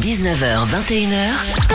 19h, 21h.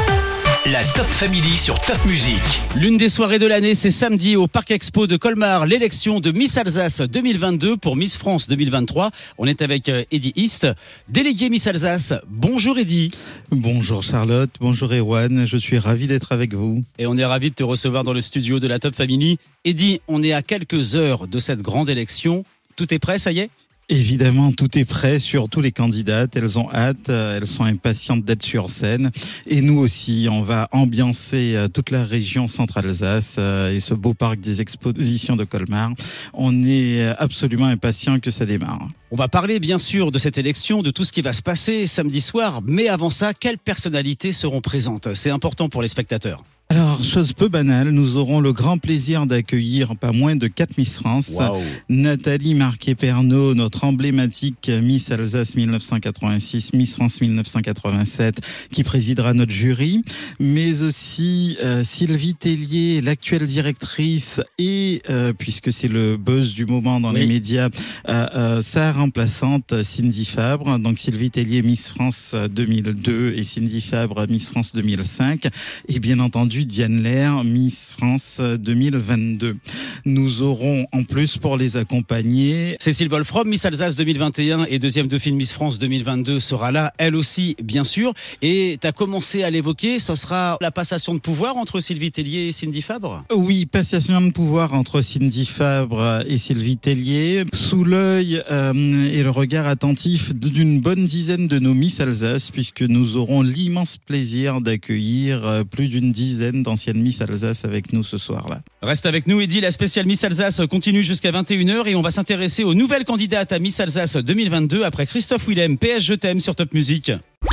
La Top Family sur Top Music. L'une des soirées de l'année, c'est samedi au Parc Expo de Colmar, l'élection de Miss Alsace 2022 pour Miss France 2023. On est avec Eddie East, délégué Miss Alsace. Bonjour Eddie. Bonjour Charlotte, bonjour Erwan, je suis ravi d'être avec vous. Et on est ravi de te recevoir dans le studio de la Top Family. Eddie, on est à quelques heures de cette grande élection. Tout est prêt, ça y est ? Évidemment, tout est prêt, surtout les candidates, elles ont hâte, elles sont impatientes d'être sur scène. Et nous aussi, on va ambiancer toute la région Centre-Alsace et ce beau parc des expositions de Colmar. On est absolument impatients que ça démarre. On va parler bien sûr de cette élection, de tout ce qui va se passer samedi soir. Mais avant ça, quelles personnalités seront présentes ? C'est important pour les spectateurs. Alors, chose peu banale, nous aurons le grand plaisir d'accueillir pas moins de 4 Miss France. Wow. Nathalie Marquet-Pernot, notre emblématique Miss Alsace 1986, Miss France 1987, qui présidera notre jury. Mais aussi Sylvie Tellier, l'actuelle directrice, et puisque c'est le buzz du moment dans les médias, sa remplaçante Cindy Fabre. Donc Sylvie Tellier, Miss France 2002 et Cindy Fabre, Miss France 2005. Et bien entendu, Diane Lair, Miss France 2022. Nous aurons en plus pour les accompagner Cécile Wolfrom, Miss Alsace 2021 et deuxième dauphine Miss France 2022 sera là, elle aussi bien sûr. Et tu as commencé à l'évoquer, ce sera la passation de pouvoir entre Sylvie Tellier et Cindy Fabre ? Oui, passation de pouvoir entre Cindy Fabre et Sylvie Tellier, sous l'œil et le regard attentif d'une bonne dizaine de nos Miss Alsace, puisque nous aurons l'immense plaisir d'accueillir plus d'une dizaine d'anciennes Miss Alsace avec nous ce soir-là. Reste avec nous Eddie, la spéciale Miss Alsace continue jusqu'à 21h et on va s'intéresser aux nouvelles candidates à Miss Alsace 2022 après Christophe Willem, PS Je t'aime sur Top Music.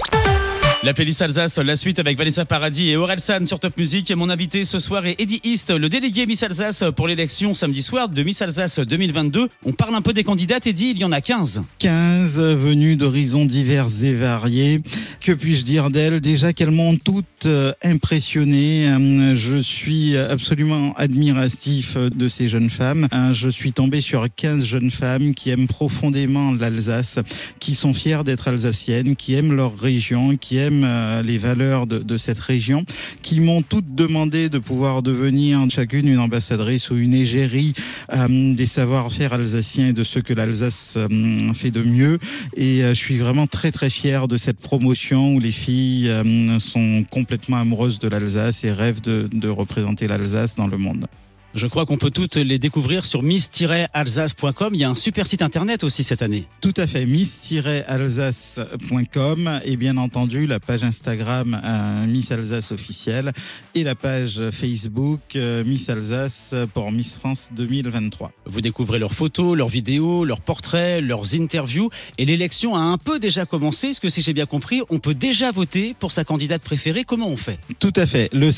La playlist Alsace, la suite avec Vanessa Paradis et Orelsan sur Top Music. Et mon invité ce soir est Eddie East, le délégué Miss Alsace pour l'élection samedi soir de Miss Alsace 2022. On parle un peu des candidates, Eddie, il y en a 15. 15 venues d'horizons divers et variés. Que puis-je dire d'elles ? Déjà qu'elles m'ont toutes impressionné. Je suis absolument admiratif de ces jeunes femmes. Je suis tombé sur 15 jeunes femmes qui aiment profondément l'Alsace, qui sont fières d'être alsaciennes, qui aiment leur région, qui aiment les valeurs de cette région, qui m'ont toutes demandé de pouvoir devenir chacune une ambassadrice ou une égérie des savoir-faire alsaciens et de ce que l'Alsace fait de mieux. Et je suis vraiment très très fier de cette promotion où les filles sont complètement amoureuses de l'Alsace et rêvent de représenter l'Alsace dans le monde. Je crois qu'on peut toutes les découvrir sur miss-alsace.com. Il y a un super site internet aussi cette année. Tout à fait, miss-alsace.com et bien entendu la page Instagram Miss Alsace officielle et la page Facebook Miss Alsace pour Miss France 2023. Vous découvrez leurs photos, leurs vidéos, leurs portraits, leurs interviews et l'élection a un peu déjà commencé. Parce que si j'ai bien compris, on peut déjà voter pour sa candidate préférée. Comment on fait ? Tout à fait, le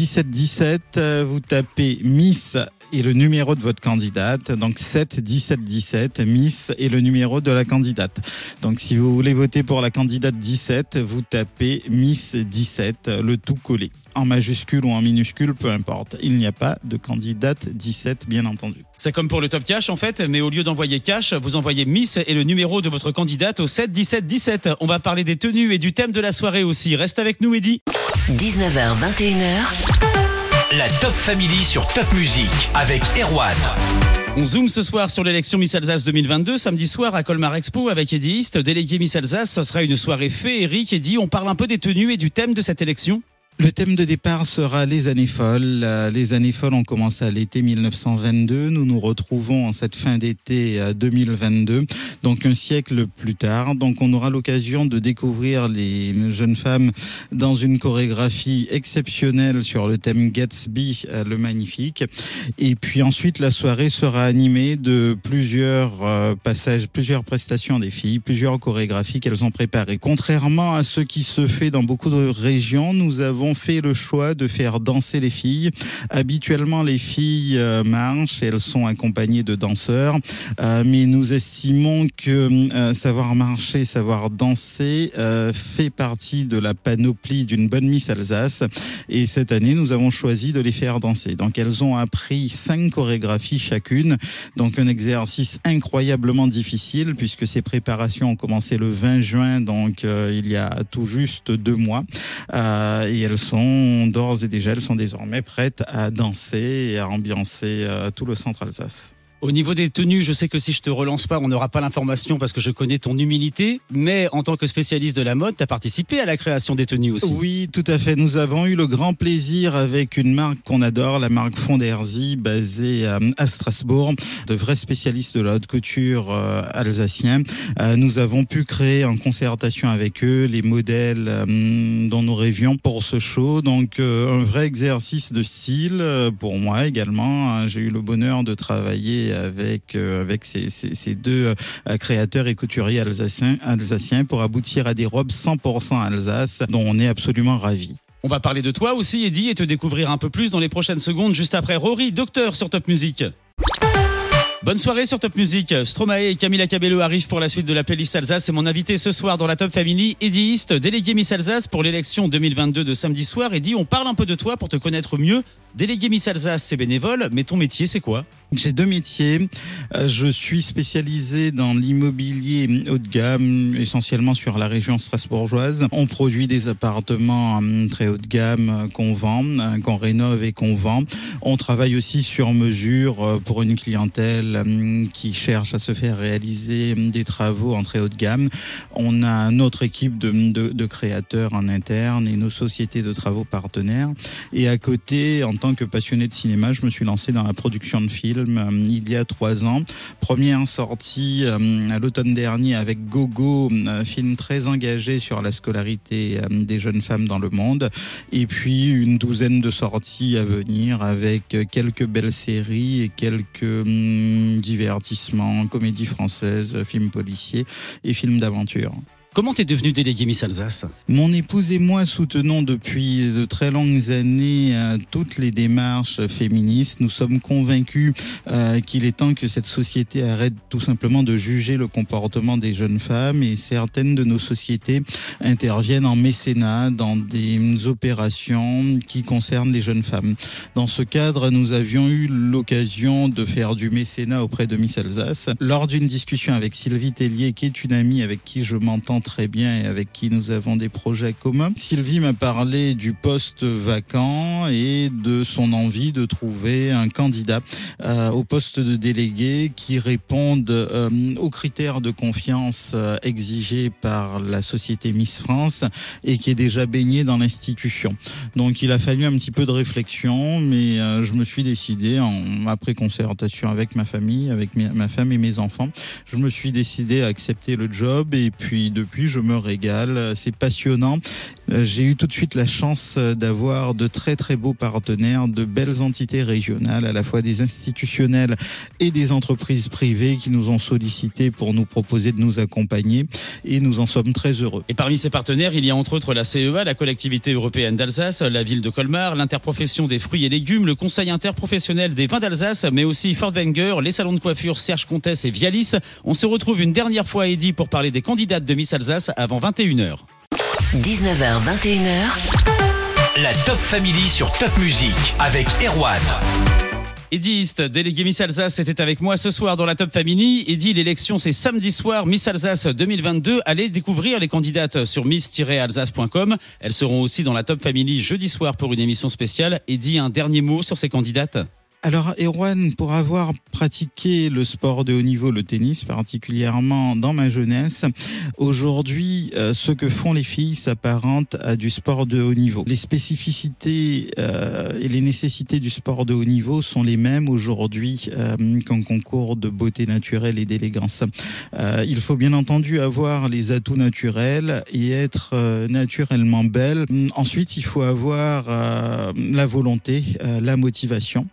7-17-17, vous tapez Miss et le numéro de votre candidate, donc 7-17-17, Miss et le numéro de la candidate. Donc si vous voulez voter pour la candidate 17, vous tapez Miss 17, le tout collé. En majuscule ou en minuscule, peu importe. Il n'y a pas de candidate 17, bien entendu. C'est comme pour le Top Cash en fait, mais au lieu d'envoyer cash, vous envoyez Miss et le numéro de votre candidate au 7-17-17. On va parler des tenues et du thème de la soirée aussi. Reste avec nous, Eddie. 19h, 21h. La Top Family sur Top Music avec Erwan. On zoome ce soir sur l'élection Miss Alsace 2022, samedi soir à Colmar Expo avec Eddie East, délégué Miss Alsace. Ce sera une soirée féerique. Eddie, on parle un peu des tenues et du thème de cette élection ? Le thème de départ sera les années folles. Les années folles ont commencé à l'été 1922. Nous nous retrouvons en cette fin d'été 2022, donc un siècle plus tard. Donc on aura l'occasion de découvrir les jeunes femmes dans une chorégraphie exceptionnelle sur le thème Gatsby, le magnifique. Et puis ensuite, la soirée sera animée de plusieurs passages, plusieurs prestations des filles, plusieurs chorégraphies qu'elles ont préparées. Contrairement à ce qui se fait dans beaucoup de régions, nous avons avons fait le choix de faire danser les filles. Habituellement, les filles marchent et elles sont accompagnées de danseurs, mais nous estimons que savoir marcher, savoir danser fait partie de la panoplie d'une bonne Miss Alsace. Et cette année, nous avons choisi de les faire danser. Donc, elles ont appris 5 chorégraphies chacune. Donc, un exercice incroyablement difficile puisque ces préparations ont commencé le 20 juin, donc il y a tout juste 2 mois. Et elles sont elles sont désormais prêtes à danser et à ambiancer tout le centre Alsace. Au niveau des tenues, je sais que si je te relance pas, on n'aura pas l'information parce que je connais ton humilité. Mais en tant que spécialiste de la mode, tu as participé à la création des tenues aussi. Oui, tout à fait. Nous avons eu le grand plaisir avec une marque qu'on adore, la marque Fonderzy, basée à Strasbourg, de vrais spécialistes de la haute couture alsaciens. Nous avons pu créer en concertation avec eux les modèles dont nous rêvions pour ce show. Donc un vrai exercice de style pour moi également. J'ai eu le bonheur de travailler avec ces 2 créateurs et couturiers alsaciens pour aboutir à des robes 100% Alsace dont on est absolument ravis. On va parler de toi aussi, Eddy, et te découvrir un peu plus dans les prochaines secondes, juste après Rory, docteur sur Top Music. Bonne soirée sur Top Music. Stromae et Camila Cabello arrivent pour la suite de la playlist Alsace. C'est mon invité ce soir dans la Top Family, Eddy East, délégué Miss Alsace pour l'élection 2022 de samedi soir. Eddy, on parle un peu de toi pour te connaître mieux. Délégué Miss Alsace, c'est bénévole, mais ton métier, c'est quoi ? J'ai 2 métiers. Je suis spécialisé dans l'immobilier haut de gamme, essentiellement sur la région strasbourgeoise. On produit des appartements très haut de gamme qu'on vend, qu'on rénove et qu'on vend. On travaille aussi sur mesure pour une clientèle qui cherche à se faire réaliser des travaux en très haut de gamme. On a notre équipe de créateurs en interne et nos sociétés de travaux partenaires. Et à côté, en tant que passionné de cinéma, je me suis lancé dans la production de films il y a 3 ans. Première sortie à l'automne dernier avec Gogo, film très engagé sur la scolarité des jeunes femmes dans le monde. Et puis une douzaine de sorties à venir avec quelques belles séries et quelques divertissements, comédies françaises, films policiers et films d'aventure. Comment t'es devenu délégué Miss Alsace ? Mon épouse et moi soutenons depuis de très longues années toutes les démarches féministes. Nous sommes convaincus qu'il est temps que cette société arrête tout simplement de juger le comportement des jeunes femmes, et certaines de nos sociétés interviennent en mécénat dans des opérations qui concernent les jeunes femmes. Dans ce cadre, nous avions eu l'occasion de faire du mécénat auprès de Miss Alsace. Lors d'une discussion avec Sylvie Tellier, qui est une amie avec qui je m'entends très bien et avec qui nous avons des projets communs, Sylvie m'a parlé du poste vacant et de son envie de trouver un candidat au poste de délégué qui réponde aux critères de confiance exigés par la société Miss France et qui est déjà baigné dans l'institution. Donc il a fallu un petit peu de réflexion, mais je me suis décidé, après concertation avec ma famille, avec ma femme et mes enfants, je me suis décidé à accepter le job, et puis depuis je me régale, c'est passionnant. J'ai eu tout de suite la chance d'avoir de très très beaux partenaires, de belles entités régionales, à la fois des institutionnels et des entreprises privées qui nous ont sollicités pour nous proposer de nous accompagner, et nous en sommes très heureux. Et parmi ces partenaires, il y a entre autres la CEA, la collectivité européenne d'Alsace, la ville de Colmar, l'interprofession des fruits et légumes, le conseil interprofessionnel des vins d'Alsace, mais aussi Fort Wenger, les salons de coiffure Serge Comtesse et Vialis. On se retrouve une dernière fois, Eddy, pour parler des candidates de Miss Alsace avant 21h. 19h, 21h, la Top Family sur Top Music avec Erwan. Eddy East, délégué Miss Alsace, était avec moi ce soir dans la Top Family. Eddy, l'élection c'est samedi soir, Miss Alsace 2022. Allez découvrir les candidates sur miss-alsace.com. Elles seront aussi dans la Top Family jeudi soir pour une émission spéciale. Eddy, un dernier mot sur ces candidates ? Alors Erwan, pour avoir pratiqué le sport de haut niveau, le tennis particulièrement dans ma jeunesse, aujourd'hui ce que font les filles s'apparente à du sport de haut niveau. Les spécificités et les nécessités du sport de haut niveau sont les mêmes aujourd'hui qu'un concours de beauté naturelle et d'élégance. Il faut bien entendu avoir les atouts naturels et être naturellement belle. Ensuite, il faut avoir la volonté, la motivation. Il faut avoir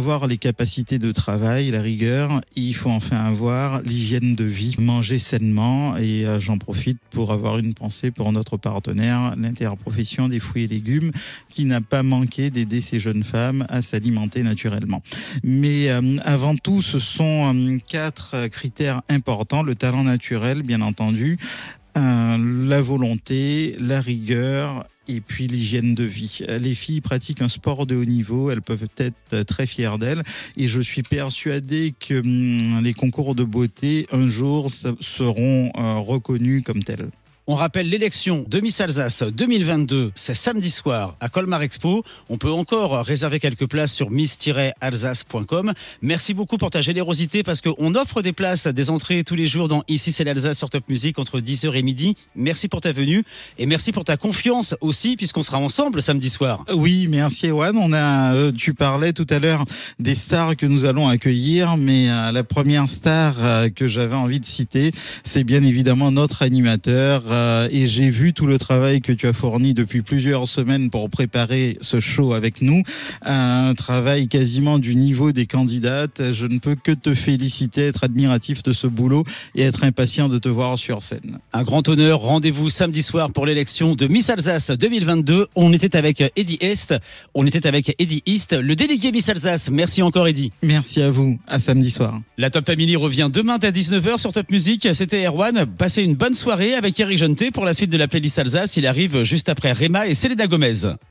avoir les capacités de travail, la rigueur, il faut enfin avoir l'hygiène de vie, manger sainement. Et j'en profite pour avoir une pensée pour notre partenaire, l'interprofession des fruits et légumes, qui n'a pas manqué d'aider ces jeunes femmes à s'alimenter naturellement. Mais avant tout, ce sont 4 critères importants. Le talent naturel, bien entendu, la volonté, la rigueur et puis l'hygiène de vie. Les filles pratiquent un sport de haut niveau, elles peuvent être très fières d'elles et je suis persuadé que les concours de beauté un jour seront reconnus comme tels. On rappelle l'élection de Miss Alsace 2022, c'est samedi soir à Colmar Expo. On peut encore réserver quelques places sur miss-alsace.com. Merci beaucoup pour ta générosité parce qu'on offre des places, des entrées tous les jours dans Ici c'est l'Alsace sur Top Music entre 10h et midi. Merci pour ta venue et merci pour ta confiance aussi puisqu'on sera ensemble samedi soir. Oui, merci Erwan. Tu parlais tout à l'heure des stars que nous allons accueillir, mais la première star que j'avais envie de citer, c'est bien évidemment notre animateur. Et j'ai vu tout le travail que tu as fourni depuis plusieurs semaines pour préparer ce show avec nous. Un travail quasiment du niveau des candidates. Je ne peux que te féliciter, être admiratif de ce boulot et être impatient de te voir sur scène. Un grand honneur. Rendez-vous samedi soir pour l'élection de Miss Alsace 2022. On était avec Eddie Est. On était avec Eddie East, le délégué Miss Alsace. Merci encore Eddie. Merci à vous. À samedi soir. La Top Family revient demain à 19h sur Top Music. C'était Erwan. Passez une bonne soirée avec Eric Jonté pour la suite de la playlist Alsace. Il arrive juste après Rema et Selena Gomez.